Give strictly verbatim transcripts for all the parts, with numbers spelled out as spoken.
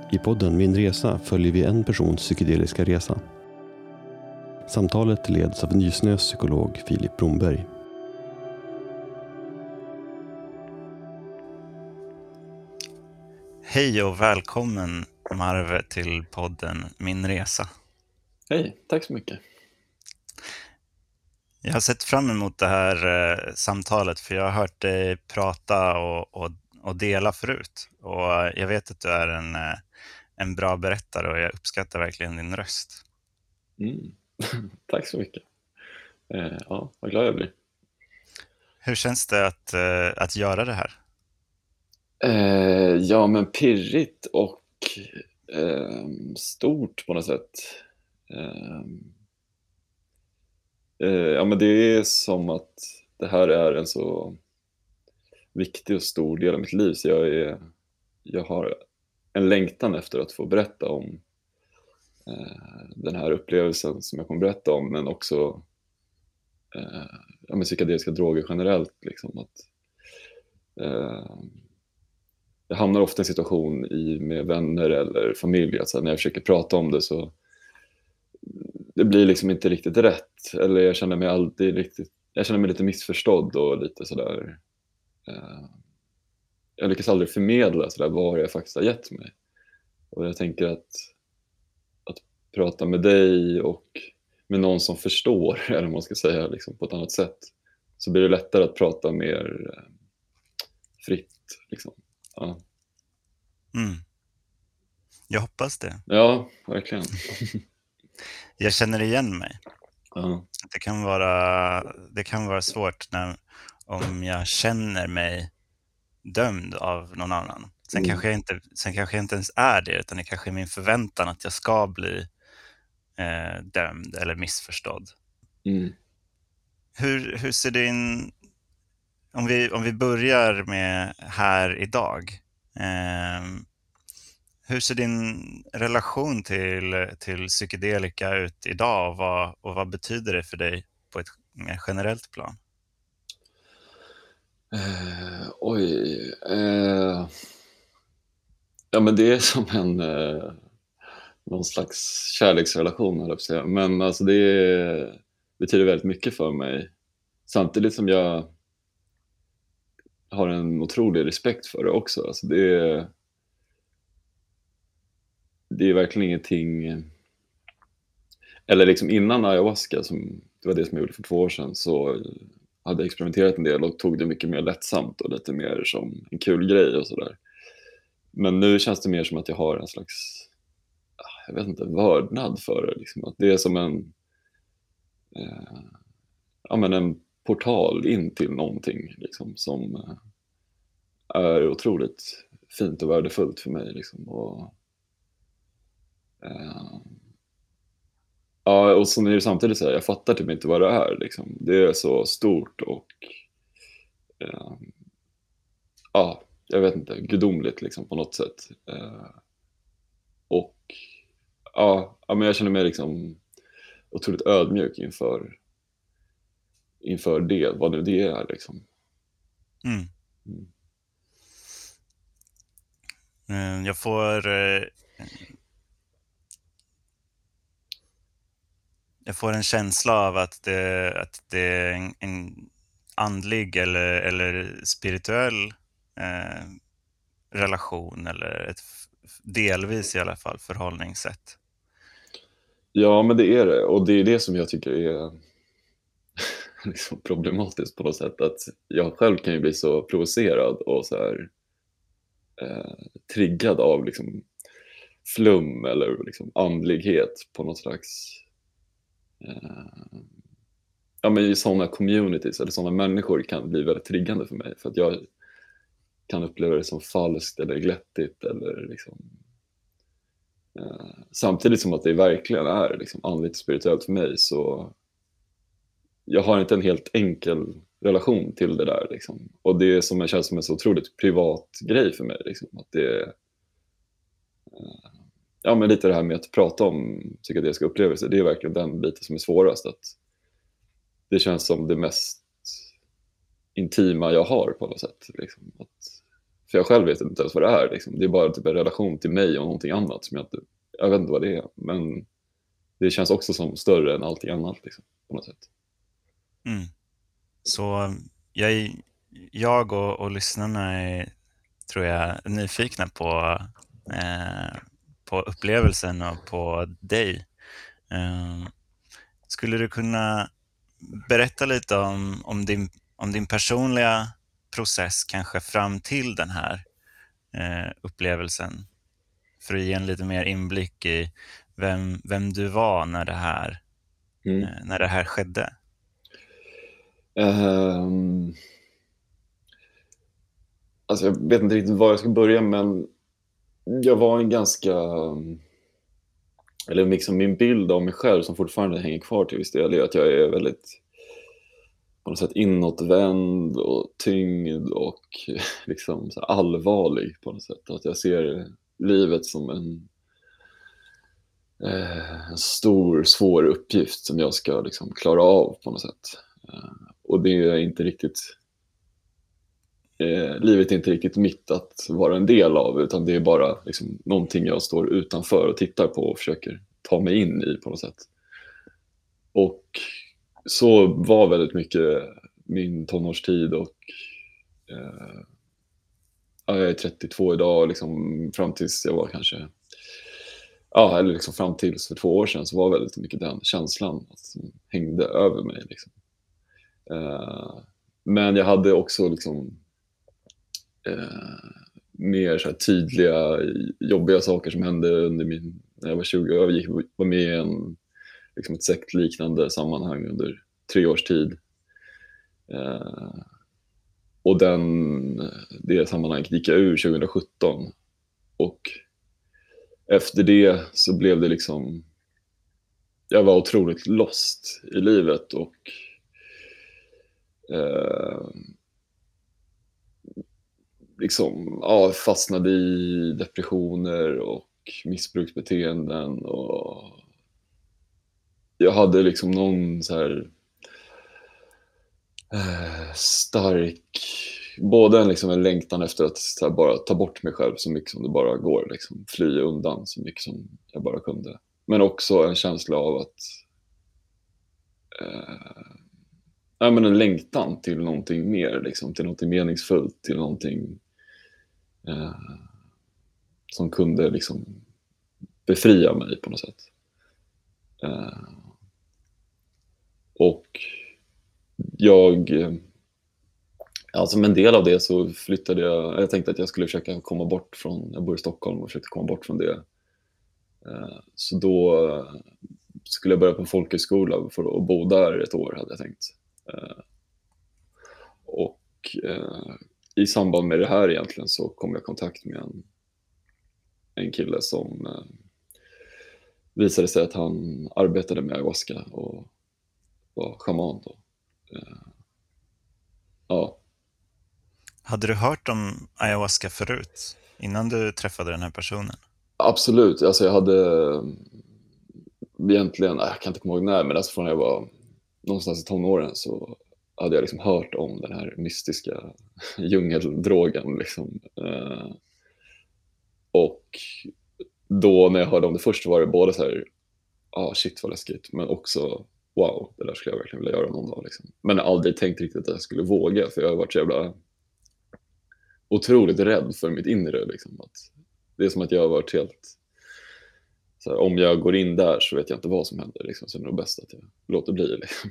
I podden Min resa följer vi en persons psykedeliska resa. Samtalet leds av Nysnös psykolog Filip Bromberg. Hej och välkommen Marve till podden Min resa. Hej, tack så mycket. Jag har sett fram emot det här eh, samtalet för jag har hört dig prata och, och, och dela förut. Och jag vet att du är en, eh, en bra berättare och jag uppskattar verkligen din röst. Mm. Tack så mycket. Eh, ja, vad glad jag blir. Hur känns det att, eh, att göra det här? Eh, ja, men pirrigt och eh, stort på något sätt. Eh, eh, ja, men det är som att det här är en så viktig och stor del av mitt liv, så jag, är, jag har en längtan efter att få berätta om eh, den här upplevelsen som jag kommer berätta om, men också eh, ja, men psykedeliska droger generellt. Liksom, att, eh, jag hamnar ofta i en situation i, med vänner eller familj att så här, när jag försöker prata om det så det blir liksom inte riktigt rätt, eller jag känner mig alltid riktigt, jag känner mig lite missförstådd och lite sådär eh, jag lyckas aldrig förmedla sådär vad jag faktiskt har gett mig. Och jag tänker att att prata med dig och med någon som förstår, eller vad man ska säga, liksom, på ett annat sätt, så blir det lättare att prata mer eh, fritt liksom. Ja. Mm. Jag hoppas det. Ja, verkligen. Jag känner igen mig. Ja. Det kan vara, det kan vara svårt när, om jag känner mig dömd av någon annan. Sen, Mm. kanske jag inte, sen kanske jag inte ens är det, utan det kanske är min förväntan att jag ska bli eh, dömd eller missförstådd. Mm. Hur, hur ser din... Om vi, om vi börjar med här idag. Eh, hur ser din relation till, till psykedelika ut idag och vad, och vad betyder det för dig på ett mer generellt plan? Eh, oj. Eh, ja, men det är som en eh, någon slags kärleksrelation, höll jag på att säga. Men alltså det är, betyder väldigt mycket för mig. Samtidigt som jag har en otrolig respekt för det också. Alltså det är, det är verkligen ingenting... Eller liksom innan ayahuasca, som, det var det som jag gjorde för två år sedan, så hade jag experimenterat en del och tog det mycket mer lättsamt och lite mer som en kul grej och sådär. Men nu känns det mer som att jag har en slags, jag vet inte, vördnad för det. Liksom. Att det är som en, eh, ja, men en portal in till någonting liksom, som eh, är otroligt fint och värdefullt för mig. Liksom. Och, eh, ja, och så är det samtidigt så här, jag fattar typ inte vad det är. Liksom. Det är så stort och eh, ja, jag vet inte, gudomligt liksom, på något sätt. Eh, och ja, ja, men jag känner mig liksom otroligt ödmjuk inför inför det, vad nu det är liksom. Mm. Mm. Mm, Jag får eh, jag får en känsla av att det, att det är en, en andlig eller, eller spirituell eh, relation eller ett f- delvis i alla fall förhållningssätt. Ja, men det är det, och det är det som jag tycker är liksom problematiskt på något sätt, att jag själv kan ju bli så provocerad och så här eh, triggad av liksom flum eller liksom andlighet på något slags eh, ja, men i sådana communities eller sådana människor kan bli väldigt triggande för mig, för att jag kan uppleva det som falskt eller glättigt eller liksom eh, samtidigt som att det verkligen är liksom andligt och spirituellt för mig, så jag har inte en helt enkel relation till det där liksom. Och det är som en, känns som en så otroligt privat grej för mig liksom. Att det är, eh, ja, men lite det här med att prata om psykedeliska upplevelser, det är verkligen den biten som är svårast. Att det känns som det mest intima jag har på något sätt liksom. Att För jag själv vet inte ens vad det är. Liksom. Det är bara typ en relation till mig och någonting annat. Som jag, inte, jag vet inte vad det är. Men det känns också som större än allting annat. Liksom, på något sätt. Mm. Så jag, jag och, och lyssnarna är, tror jag, nyfikna på, eh, på upplevelsen och på dig. Eh, skulle du kunna berätta lite om, om, din, om din personliga process kanske fram till den här eh, upplevelsen? För att ge en lite mer inblick i vem, vem du var när det här, Mm. eh, när det här skedde. Um, alltså jag vet inte riktigt var jag ska börja, men jag var en ganska, eller liksom min bild av mig själv som fortfarande hänger kvar till viss del är att jag är väldigt på något sätt inåtvänd och tyngd och liksom så allvarlig på något sätt. Att jag ser livet som en, eh, en stor, svår uppgift som jag ska liksom klara av på något sätt. Eh, och det är inte riktigt eh, livet är inte riktigt mitt att vara en del av, utan det är bara liksom någonting jag står utanför och tittar på och försöker ta mig in i på något sätt. Och så var väldigt mycket min tonårstid och eh, jag är trettiotvå idag, liksom fram tills jag var kanske ja, eller liksom fram tills för två år sedan så var väldigt mycket den känslan som hängde över mig liksom. Eh, men jag hade också liksom eh, mer så här tydliga jobbiga saker som hände under min, när jag var tjugo. Jag gick, var med i en, liksom ett sektliknande sammanhang under tre års tid. Eh, och den, det sammanhanget gick jag ur tjugo sjutton. Och efter det så blev det liksom, jag var otroligt lost i livet och eh, liksom, ja, fastnade i depressioner och missbruksbeteenden och jag hade liksom någon så här eh, stark, både en, liksom en längtan efter att så här, bara ta bort mig själv så mycket som det bara går, liksom, fly undan så mycket som jag bara kunde. Men också en känsla av att eh, ja, men en längtan till någonting mer, liksom, till någonting meningsfullt, till någonting eh, som kunde liksom befria mig på något sätt. Eh, och jag, alltså med en del av det så flyttade jag, jag tänkte att jag skulle försöka komma bort från, jag bor i Stockholm och försökte komma bort från det. Eh, så då skulle jag börja på en folkhögskola för att bo där ett år, hade jag tänkt. Eh, och eh, i samband med det här egentligen så kom jag i kontakt med en, en kille som eh, visade sig att han arbetade med ayahuasca och var shaman då. Eh, ja. Hade du hört om ayahuasca förut, innan du träffade den här personen? Absolut, alltså jag hade egentligen, jag kan inte komma ihåg när, men alltså från när jag var någonstans i tonåren så hade jag liksom hört om den här mystiska djungeldrogen liksom. Eh, och då när jag hörde om det först var det både så här, ah shit vad läskigt, men också wow, det där skulle jag verkligen vilja göra någon dag liksom. Men jag har aldrig tänkt riktigt att jag skulle våga, för jag har varit så jävla otroligt rädd för mitt inre liksom. Att det är som att jag har varit helt så här, om jag går in där så vet jag inte vad som händer liksom, så det är nog bäst att jag låter bli liksom.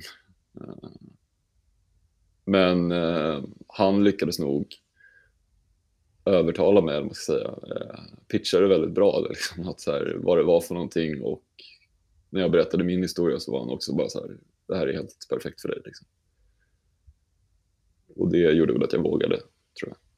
Men eh, han lyckades nog övertala mig, eller man ska säga, eh, pitchade väldigt bra liksom, att så här, vad det var för någonting, och när jag berättade min historia så var han också bara så här, det här är helt perfekt för dig liksom. Och det gjorde väl att jag vågade, tror jag.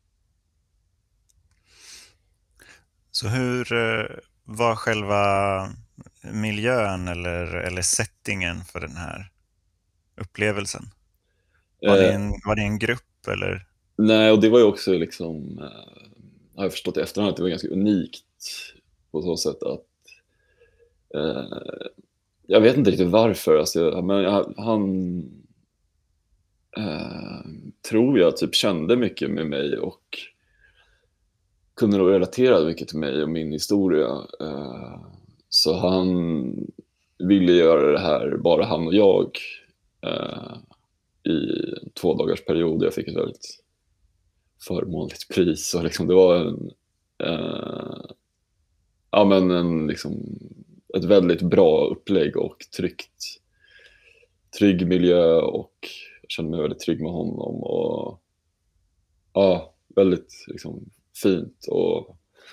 Så hur eh, var själva miljön eller, eller settingen för den här upplevelsen? Var det en, var det en grupp eller? Nej, och det var ju också liksom, eh, har jag förstått i efterhand, att det var ganska unikt på så sätt att eh, jag vet inte riktigt varför, alltså, men jag, han eh, tror jag typ kände mycket med mig och kunde nog relatera mycket till mig och min historia. Eh, så han ville göra det här, bara han och jag, eh, i en två dagars period. Jag fick ett väldigt förmånligt pris och liksom det var en, eh, ja, men en, liksom, ett väldigt bra upplägg och tryggt, trygg miljö, och jag kände mig väldigt trygg med honom och ja, väldigt liksom, fint och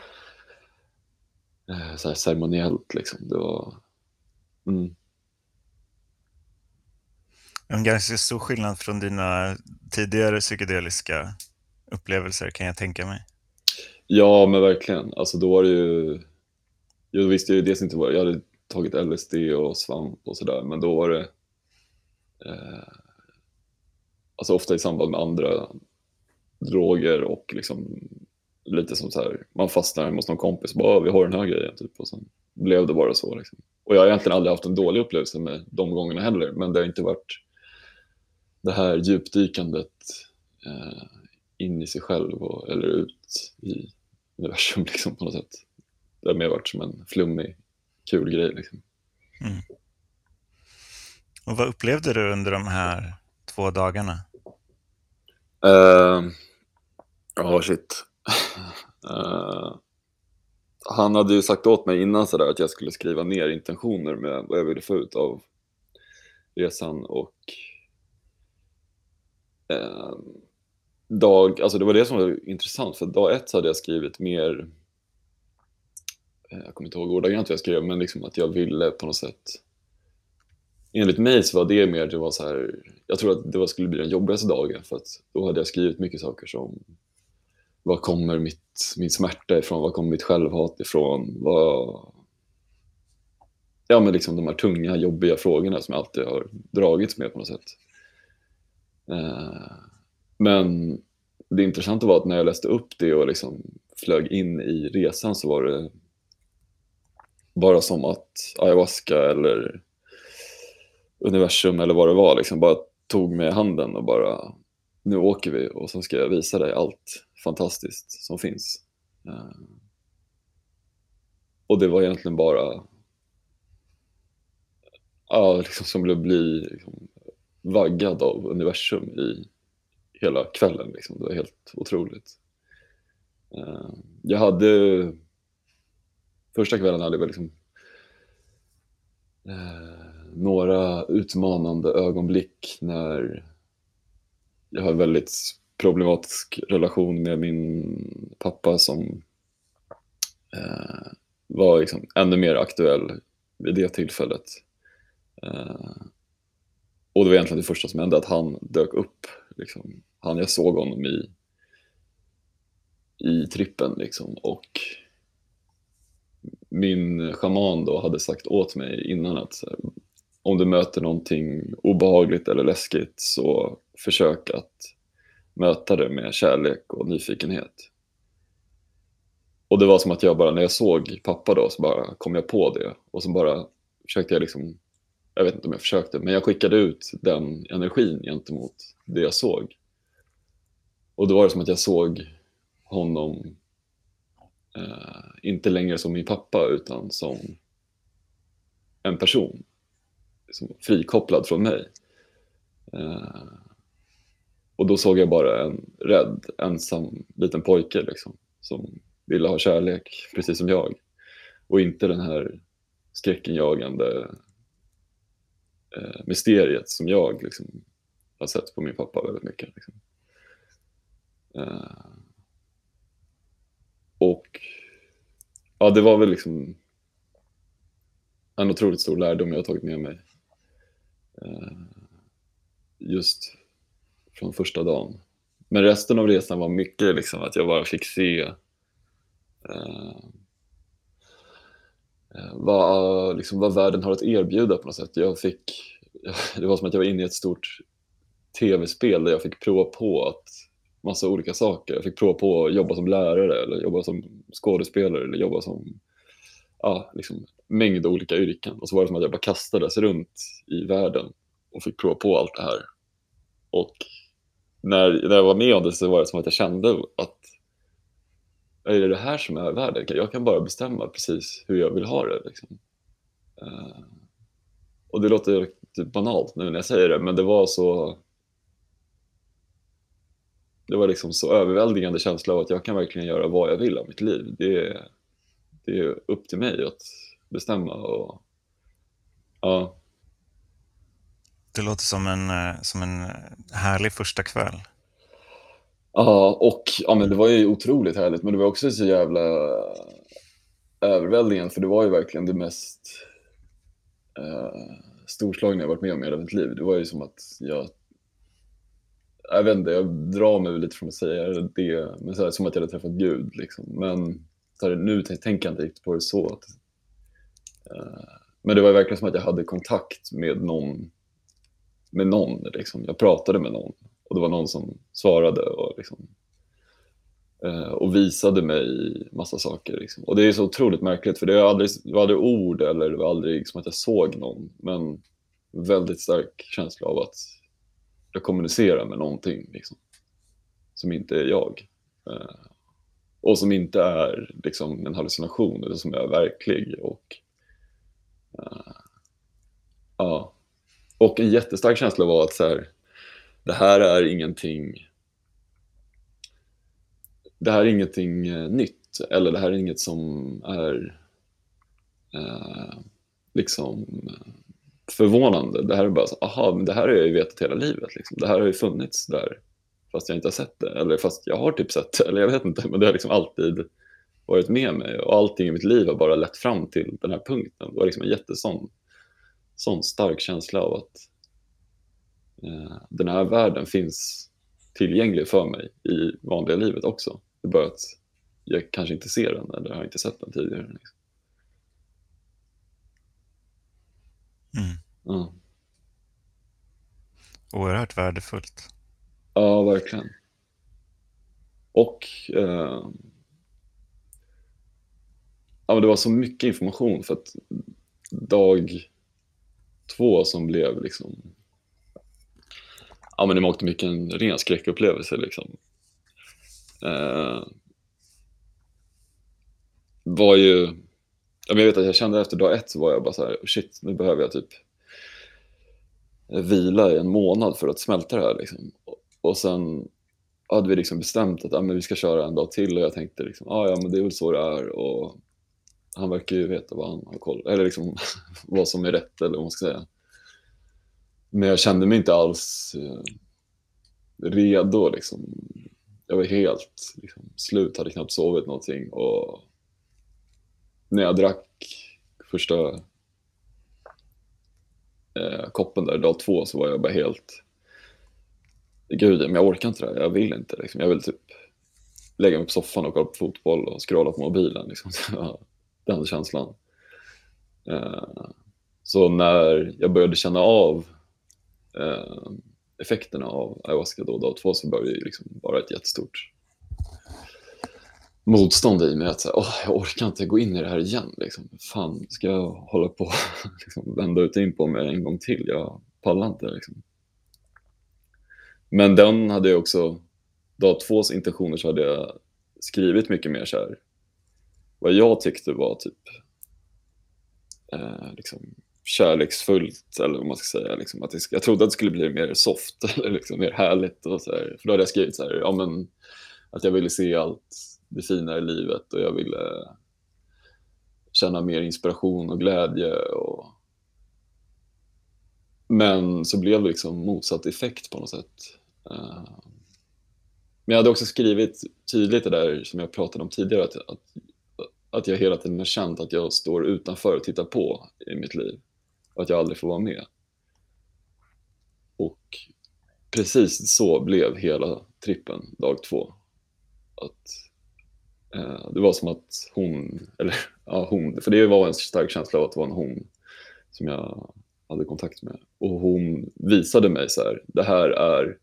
eh, så här ceremoniellt liksom. Det var mm. En ganska stor skillnad från dina tidigare psykedeliska upplevelser, kan jag tänka mig. Ja, men verkligen. Alltså då var det ju, jag visste ju dels inte vad, jag hade tagit L S D och svamp och sådär, men då var det eh, alltså ofta i samband med andra droger och liksom lite som så här, man fastnar hemma hos någon kompis och bara, vi har den här grejen typ, och sen blev det bara så liksom. Och jag har egentligen aldrig haft en dålig upplevelse med de gångerna heller, men det har inte varit det här djupdykandet eh, in i sig själv och, eller ut i universum liksom, på något sätt. Det har mer varit som en flummig, kul grej liksom. Mm. Och vad upplevde du under de här två dagarna? Uh, oh shit. uh, han hade ju sagt åt mig innan så där att jag skulle skriva ner intentioner med vad jag ville få ut av resan, och uh, dag, alltså det var det som var intressant, för dag ett så hade jag skrivit mer, jag kommer inte ihåg ordagrant vad jag skrev, men liksom att jag ville på något sätt, enligt mig så var det mer, det var så här, jag tror att det var, skulle bli den jobbigaste dagen, för att då hade jag skrivit mycket saker som, var kommer mitt, min smärta ifrån, var kommer mitt självhat ifrån, vad, ja men liksom de här tunga, jobbiga frågorna som jag alltid har dragits med på något sätt. Uh, men det intressanta var att när jag läste upp det och liksom flög in i resan, så var det bara som att ayahuasca eller universum eller vad det var liksom bara tog mig i handen och bara, nu åker vi och så ska jag visa dig allt fantastiskt som finns. Uh, och det var egentligen bara ja, liksom som att bli liksom vaggad av universum i hela kvällen liksom. Det var helt otroligt. Uh, jag hade första kvällen hade jag liksom uh, några utmanande ögonblick när jag har en väldigt problematisk relation med min pappa som uh, var liksom ännu mer aktuell vid det tillfället. Uh, och det var egentligen det första som hände, att han dök upp liksom. Han, jag såg honom i i trippen liksom, och min shaman då hade sagt åt mig innan att om du möter någonting obehagligt eller läskigt, så försök att möta det med kärlek och nyfikenhet. Och det var som att jag bara, när jag såg pappa då, så bara kom jag på det, och så bara försökte jag liksom, jag vet inte om jag försökte, men jag skickade ut den energin gentemot det jag såg. Och då var det som att jag såg honom eh, inte längre som min pappa, utan som en person liksom frikopplad från mig. Eh, och då såg jag bara en rädd, ensam liten pojke liksom, som ville ha kärlek, precis som jag. Och inte den här skräckenjagande eh, mysteriet som jag liksom har sett på min pappa väldigt mycket. Liksom. Uh, och ja, det var väl liksom en otroligt stor lärdom jag har tagit med mig uh, just från första dagen. Men resten av resan var mycket liksom att jag bara fick se uh, uh, vad, liksom, vad världen har att erbjuda på något sätt. Jag fick, det var som att jag var inne i ett stort tv-spel där jag fick prova på att massa olika saker. Jag fick prova på att jobba som lärare eller jobba som skådespelare eller jobba som ja, liksom mängd olika yrken. Och så var det som att jag bara kastades runt i världen och fick prova på allt det här. Och när, när jag var med om det, så var det som att jag kände att är det det här som är världen? Jag kan bara bestämma precis hur jag vill ha det liksom. Uh, och det låter typ banalt nu när jag säger det, men det var så det var liksom så överväldigande känsla av att jag kan verkligen göra vad jag vill av mitt liv. Det är, det är upp till mig att bestämma. Och ja. Det låter som en, eh, som en härlig första kväll. Ja, och ja, men det var ju otroligt härligt, men det var också så jävla överväldigande, för det var ju verkligen det mest uh, storslagna jag varit med om i hela mitt liv. Det var ju som att jag jag vet inte, jag drar mig lite från att säga det, men så här, som att jag hade träffat Gud liksom. Men så här, nu tänker jag inte riktigt på det så att, uh, men det var verkligen som att jag hade kontakt med någon med någon liksom. Jag pratade med någon och det var någon som svarade och liksom uh, och visade mig massa saker liksom. Och det är så otroligt märkligt, för det var aldrig, det var aldrig ord eller det var aldrig som att jag såg någon, men väldigt stark känsla av att jag kommunicerar med någonting liksom, som inte är jag. Uh, och som inte är liksom en hallucination, eller som är verklig. Och, uh, uh, och en jättestark känsla var att så här, det här är ingenting det här är ingenting uh, nytt. Eller det här är inget som är uh, liksom förvånande. Det här är bara så, aha, men det här har jag ju vetat hela livet liksom. Det här har ju funnits där fast jag inte har sett det, eller fast jag har typ sett det, eller jag vet inte, men det har liksom alltid varit med mig, och allting i mitt liv har bara lett fram till den här punkten. Det var liksom en jättesån sån stark känsla av att eh, den här världen finns tillgänglig för mig i vanliga livet också. Det är bara att jag kanske inte ser den, eller har inte sett den tidigare liksom. Mm. Ja. Oerhört värdefullt. Ja, verkligen. Och eh, ja, men det var så mycket information, för att dag två som blev liksom, ja men det måste mycket en ren skräckupplevelse liksom. Eh, var ju, jag vet att jag kände efter dag ett så var jag bara så här, shit, nu behöver jag typ vila i en månad för att smälta det här liksom. Och, och sen hade vi liksom bestämt att ja, men vi ska köra en dag till, och jag tänkte liksom, ah, ja men det är väl så det är, och han verkar ju veta vad han har koll, eller liksom vad som är rätt, eller vad man ska säga. Men jag kände mig inte alls eh, redo liksom. Jag var helt liksom, slut, hade knappt sovit någonting, och när jag drack första eh, koppen där dag två så var jag bara helt, gud, men jag orkar inte det här, jag vill inte liksom. Jag vill typ lägga mig på soffan och kolla på fotboll och scrolla på mobilen liksom. Den känslan. Eh, så när jag började känna av eh, effekterna av ayahuasca då, dag två, så började det liksom bara ett jättestort motstånd i mig att säga, åh, jag orkar inte gå in i det här igen liksom. Fan, ska jag hålla på liksom, vända ut in på mig en gång till? Jag pallar inte liksom. Men den hade jag också, dag tvås intentioner, så hade jag skrivit mycket mer så här, vad jag tyckte var typ eh, liksom kärleksfullt, eller vad man ska säga liksom, att det, jag trodde att det skulle bli mer soft eller liksom mer härligt och så här. För då hade jag skrivit så här, ja men att jag ville se allt det fina i livet, och jag ville känna mer inspiration och glädje, och men så blev det liksom motsatt effekt på något sätt. Uh... Men jag hade också skrivit tydligt det där som jag pratade om tidigare, att, att, att jag hela tiden har känt att jag står utanför och tittar på i mitt liv, och att jag aldrig får vara med. Och precis så blev hela trippen dag två. Att, eh, det var som att hon, eller ja, hon, för det var en stark känsla av att det var en hon som jag hade kontakt med. Och hon visade mig så här, det här är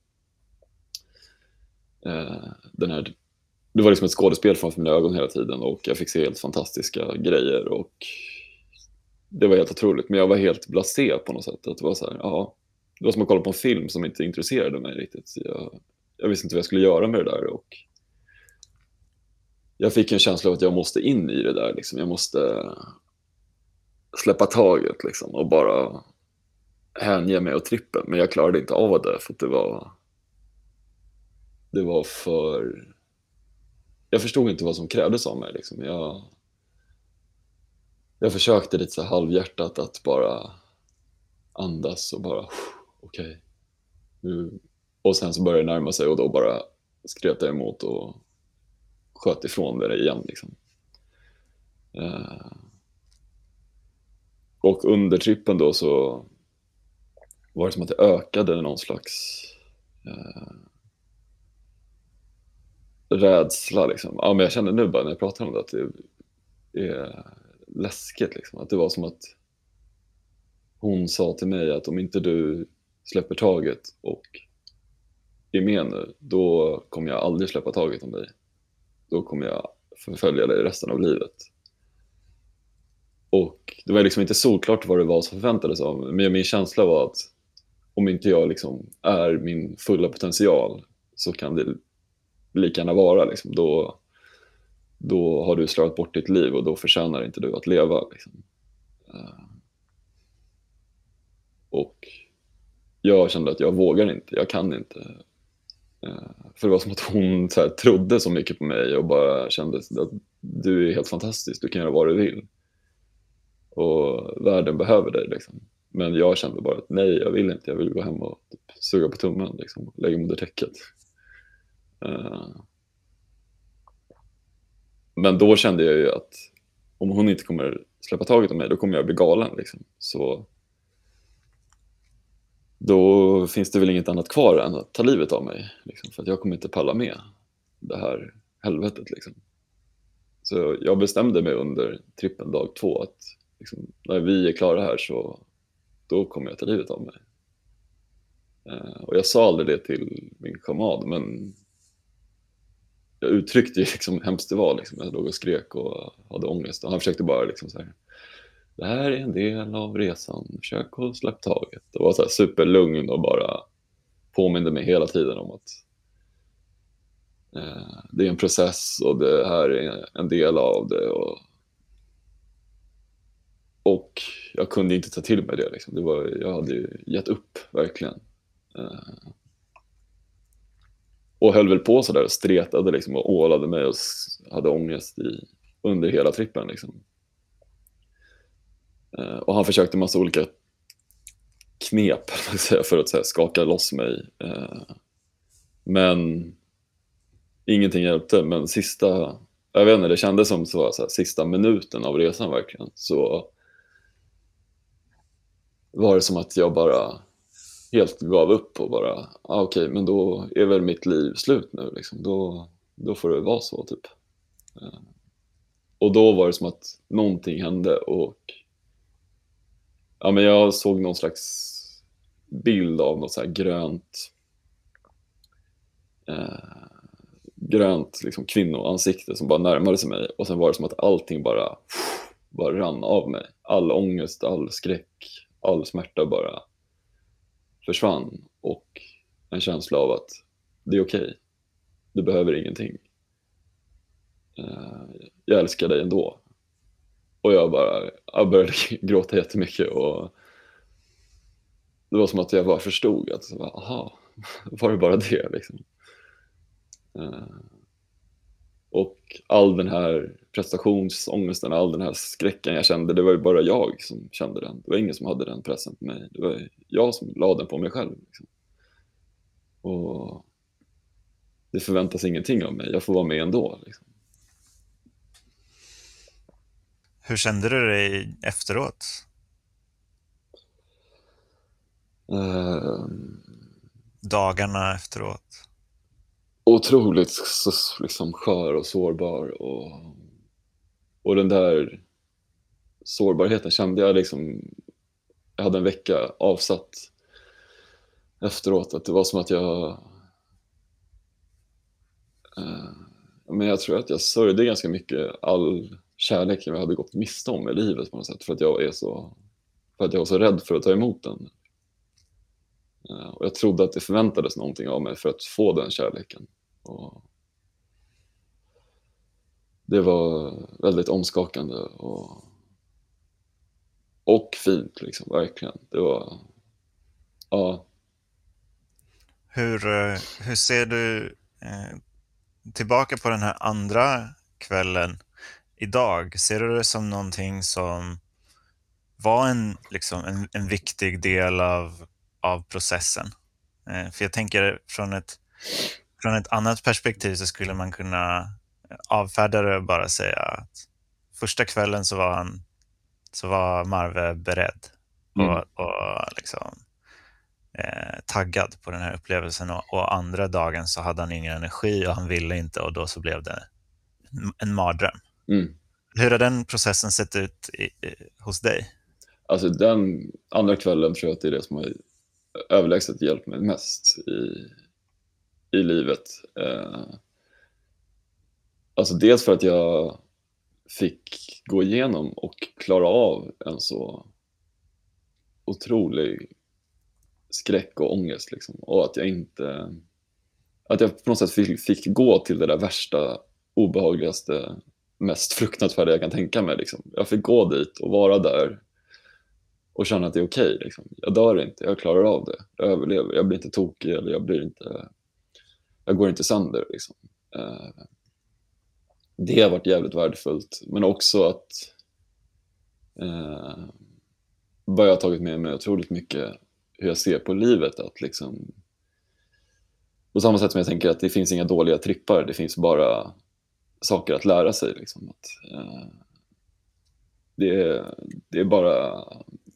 eh, den här, det var liksom ett skådespel framför mina ögon hela tiden, och jag fick se helt fantastiska grejer, och det var helt otroligt. Men jag var helt blasé på något sätt. Att det var så här, ja, det var som att kolla på en film som inte intresserade mig riktigt. Jag, jag visste inte vad jag skulle göra med det där, och jag fick en känsla av att jag måste in i det där. Liksom. Jag måste släppa taget liksom, och bara hänge mig åt trippen. Men jag klarade inte av det för att det var det var för... Jag förstod inte vad som krävdes av mig. Liksom. Jag, jag försökte lite så här halvhjärtat att bara andas och bara okej. Okay. Och sen så började det närma sig och då bara skrek jag emot och sköt ifrån det igen. Liksom. Uh, och under trippen då så var det som att det ökade någon slags uh, rädsla. Liksom. Ja, men jag kände nu bara när jag pratade om det att det är läskigt. Liksom. Att det var som att hon sa till mig att om inte du släpper taget och är med nu, då kommer jag aldrig släppa taget om dig. Då kommer jag förfölja dig resten av livet. Och det var liksom inte solklart vad det var som förväntades av mig. Men min känsla var att om inte jag liksom är min fulla potential så kan det lika gärna vara. Liksom. Då, då har du slagit bort ditt liv och då förtjänar inte du att leva. Liksom. Och jag kände att jag vågar inte, jag kan inte. För det var som att hon så här, trodde så mycket på mig och bara kände att du är helt fantastisk, du kan göra vad du vill. Och världen behöver dig. Liksom. Men jag kände bara att nej, jag vill inte, jag vill gå hem och typ, suga på tummen, liksom, och lägga mig under täcket. Uh... Men då kände jag ju att om hon inte kommer släppa taget om mig, då kommer jag bli galen. Liksom. Så då finns det väl inget annat kvar än att ta livet av mig. Liksom, för att jag kommer inte palla med det här helvetet. Liksom. Så jag bestämde mig under trippen dag två att liksom, när vi är klara här så då kommer jag ta livet av mig. Uh, och jag sa aldrig det till min kamad, men jag uttryckte ju liksom hur hemskt det var. Liksom. Jag låg och skrek och hade ångest och han försökte bara liksom så här, det här är en del av resan, försök att släppa taget. Det var så här superlugn och bara påminde mig hela tiden om att eh, det är en process och det här är en del av det. Och, och jag kunde inte ta till mig det. Liksom. Det var, jag hade ju gett upp, verkligen. Eh, och höll väl på så där och stretade liksom, och ålade mig och hade ångest i, under hela trippen. Liksom. Uh, och han försökte massa olika knep för att så här, skaka loss mig. Uh, men ingenting hjälpte. Men sista, jag vet inte, det kändes som så, så här, sista minuten av resan verkligen. Så var det som att jag bara helt gav upp och bara, ah, okej, okay, men då är väl mitt liv slut nu. Liksom. Då, då får det vara så typ. Uh, och då var det som att någonting hände och ja, men jag såg någon slags bild av något så här grönt eh, grönt liksom kvinnoansikte som bara närmade sig mig och sen var det som att allting bara bara rann av mig. All ångest, all skräck, all smärta bara försvann och en känsla av att det är okej. Du behöver ingenting. Eh, jag älskar dig ändå. Och jag bara jag började gråta jättemycket och det var som att jag bara förstod att aha, var det bara det liksom. Uh, och all den här prestationsångesten, all den här skräcken jag kände, det var ju bara jag som kände den. Det var ingen som hade den pressen på mig. Det var jag som la den på mig själv. Liksom. Och det förväntas ingenting av mig. Jag får vara med ändå. Liksom. Hur kände du dig efteråt? Uh, Dagarna efteråt? Otroligt så, liksom, skör och sårbar. Och, och den där sårbarheten kände jag liksom... Jag hade en vecka avsatt efteråt. Att det var som att jag... Uh, men jag tror att jag sörjde ganska mycket all kärlek jag hade gått miste om i livet på något sätt. För att jag är så, för att jag var så rädd för att ta emot den. Uh, och jag trodde att det förväntades någonting av mig för att få den kärleken. Och, det var väldigt omskakande och, och fint liksom, verkligen. Det var, ja. Hur, eh, hur ser du eh, tillbaka på den här andra kvällen idag? Ser du det som någonting som var en, liksom, en, en viktig del av, av processen? Eh, för jag tänker från ett, från ett annat perspektiv så skulle man kunna avfärda det och bara säga att första kvällen så var, han, så var Marve beredd och, Mm. och liksom, eh, taggad på den här upplevelsen och, och andra dagen så hade han ingen energi och han ville inte och då så blev det en, en mardröm. Mm. Hur har den processen sett ut i, i, hos dig? Alltså den andra kvällen tror jag att det är det som har överlägset hjälpt mig mest i, i livet. Eh, alltså dels för att jag fick gå igenom och klara av en så otrolig skräck och ångest liksom. Och att jag inte, att jag på något sätt fick, fick gå till det där värsta, obehagligaste, mest fruktansvärda jag kan tänka mig liksom. Jag fick gå dit och vara där och känna att det är okej liksom. Jag dör inte, jag klarar av det, jag överlever, jag blir inte tokig eller jag blir inte, jag går inte sönder liksom. Uh, det har varit jävligt värdefullt, men också att uh, vad jag har tagit med mig otroligt mycket hur jag ser på livet, att liksom på samma sätt som jag tänker att det finns inga dåliga trippar, det finns bara saker att lära sig liksom. Att, uh, det, är, det är bara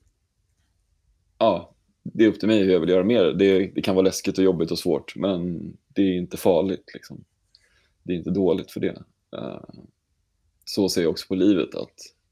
ja, det är upp till mig hur jag vill göra mer. Det, det kan vara läskigt och jobbigt och svårt, men det är inte farligt liksom. Det är inte dåligt för det. Uh, så ser jag också på livet, att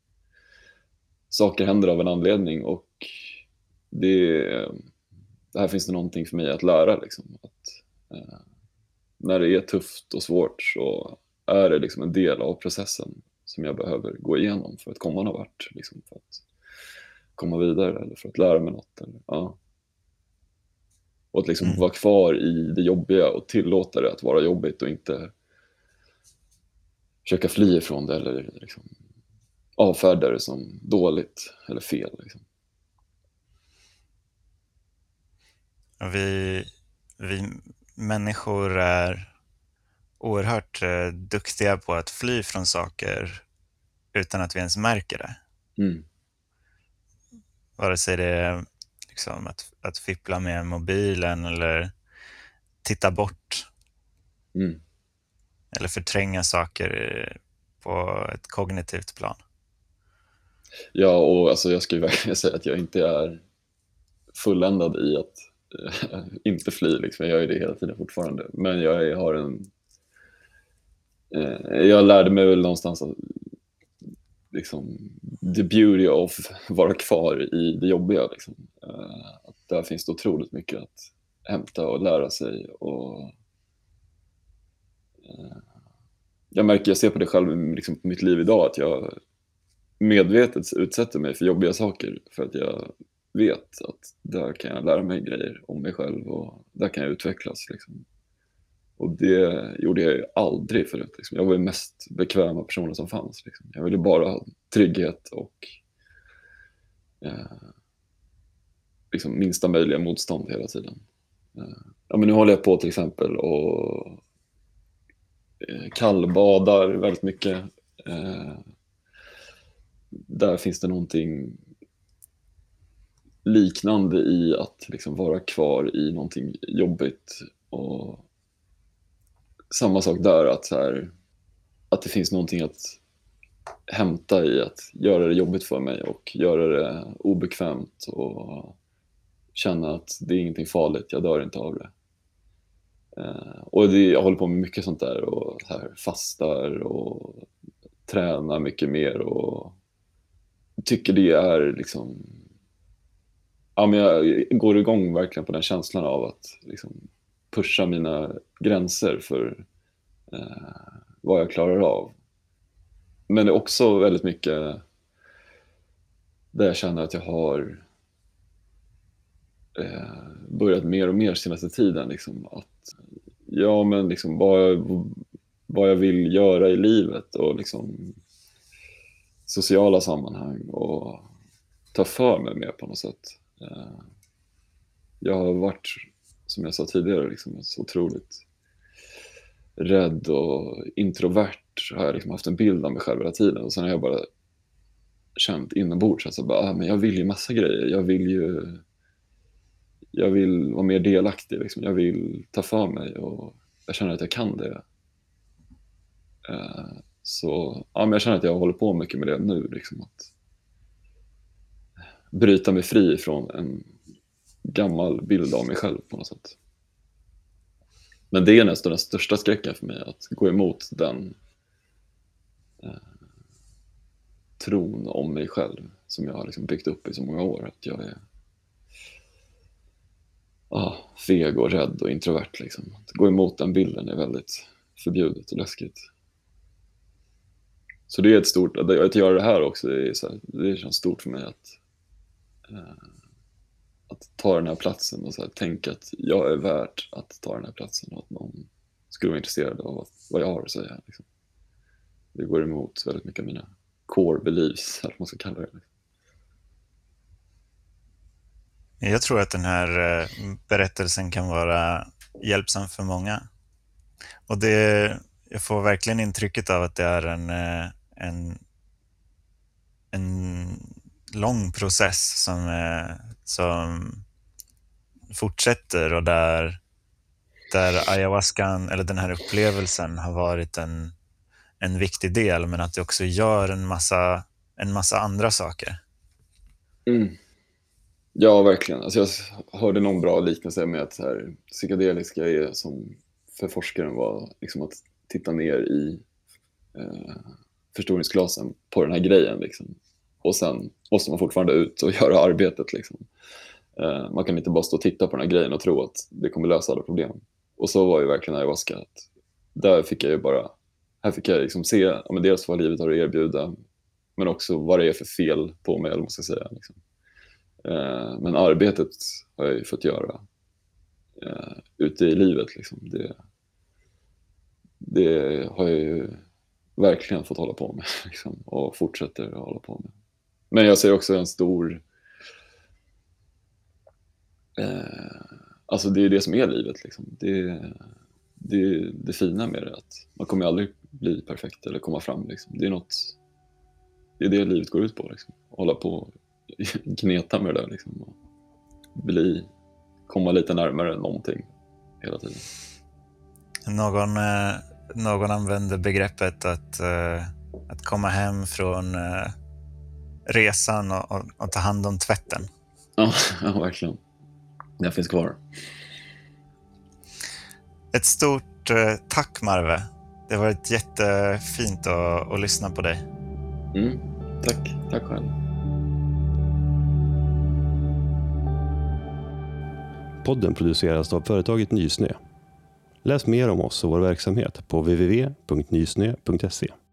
saker händer av en anledning och det, det här finns det någonting för mig att lära liksom. Att, uh, när det är tufft och svårt så är det liksom en del av processen som jag behöver gå igenom för att komma någon vart liksom, för att komma vidare eller för att lära mig något eller, ja. Och att liksom Mm. vara kvar i det jobbiga och tillåta det att vara jobbigt och inte försöka fly ifrån det eller liksom avfärda det som dåligt eller fel liksom. Vi, vi människor är oerhört eh, duktiga på att fly från saker utan att vi ens märker det. Mm. Vare sig det är liksom att, att fippla med mobilen eller titta bort Mm. eller förtränga saker eh, på ett kognitivt plan. Ja, och alltså jag skulle verkligen säga att jag inte är fulländad i att äh, inte fly liksom. Jag gör det hela tiden fortfarande, men jag är, har en äh, jag lärde mig väl någonstans att liksom the beauty of vara kvar i det jobbiga liksom. Uh, att där finns det otroligt mycket att hämta och lära sig och uh, jag märker, jag ser på det själv liksom, på mitt liv idag, att jag medvetet utsätter mig för jobbiga saker för att jag vet att där kan jag lära mig grejer om mig själv och där kan jag utvecklas liksom. Och det gjorde jag ju aldrig förut liksom. Jag var ju mest bekväma personer som fanns liksom. Jag ville bara ha trygghet och eh, liksom minsta möjliga motstånd hela tiden. Eh, ja, men nu håller jag på till exempel och eh, kallbadar väldigt mycket. Eh, där finns det någonting liknande i att liksom vara kvar i någonting jobbigt och samma sak där, att, så här, att det finns någonting att hämta i att göra det jobbigt för mig och göra det obekvämt och känna att det är ingenting farligt, jag dör inte av det. Uh, och det, jag håller på med mycket sånt där och så här, fastar och tränar mycket mer och tycker det är liksom, ja, men jag går igång verkligen på den känslan av att liksom pusha mina gränser för eh, vad jag klarar av. Men det är också väldigt mycket där jag känner att jag har eh, börjat mer och mer senaste tiden liksom, att ja, men liksom bara vad jag vill göra i livet och liksom sociala sammanhang och ta för mig mer på något sätt. Jag har varit, som jag sa tidigare, liksom så otroligt rädd och introvert, har jag liksom haft en bild av mig själv hela tiden, och sen har jag bara känt inombords att så bara, ah, men jag vill ju massa grejer, jag vill ju jag vill vara mer delaktig liksom. Jag vill ta för mig och jag känner att jag kan det. Uh, så ja, men jag känner att jag håller på mycket med det nu liksom, att bryta mig fri från en gammal bild av mig själv på något sätt. Men det är nästan den största skräcken för mig, att gå emot den uh, tron om mig själv som jag har liksom byggt upp i så många år, att jag är ah, feg och rädd och introvert liksom. Att gå emot den bilden är väldigt förbjudet och läskigt. Så det är ett stort, att göra det här också, det, är så här, det känns stort för mig att uh, att ta den här platsen och så här, tänka att jag är värd att ta den här platsen och att någon skulle vara intresserad av vad jag har att säga liksom. Det går emot väldigt mycket av mina core beliefs, eller vad man ska kalla det. Jag tror att den här berättelsen kan vara hjälpsam för många. Och det, jag får verkligen intrycket av att det är en, en, en lång process som, som fortsätter, och där, där ayahuascan, eller den här upplevelsen, har varit en, en viktig del, men att det också gör en massa, en massa andra saker. Mm. Ja, verkligen. Alltså jag hörde någon bra liknelse med att så här, psykedeliska är som för forskaren var liksom att titta ner i eh, förstoringsglasen på den här grejen liksom. Och sen måste man fortfarande ut och göra arbetet liksom. Eh, man kan inte bara stå och titta på den här grejen och tro att det kommer lösa alla problem. Och så var ju verkligen ayahuasca, att där fick jag ju bara, här fick jag liksom se, ja, men dels vad livet har att erbjuda, men också vad det är för fel på mig, eller vad man ska säga liksom. Eh, men arbetet har jag ju fått göra eh, ute i livet liksom. det, det har jag ju verkligen fått hålla på med liksom, och fortsätter att hålla på med. Men jag ser också en stor eh, alltså det är det som är livet liksom. det, det, det fina med det, att man kommer aldrig bli perfekt eller komma fram liksom. Det är något, det är det livet går ut på liksom. Hålla på gneta med det där liksom, och bli, komma lite närmare någonting hela tiden. Någon, eh, någon använder begreppet att, eh, att komma hem från eh, resan och, och, och ta hand om tvätten. Ja, ja, verkligen. Det finns kvar. Ett stort eh, tack, Marve. Det har varit jättefint att, att lyssna på dig. Mm, tack, tack själv. Podden produceras av företaget Nysnö. Läs mer om oss och vår verksamhet på w w w punkt nysnö punkt se.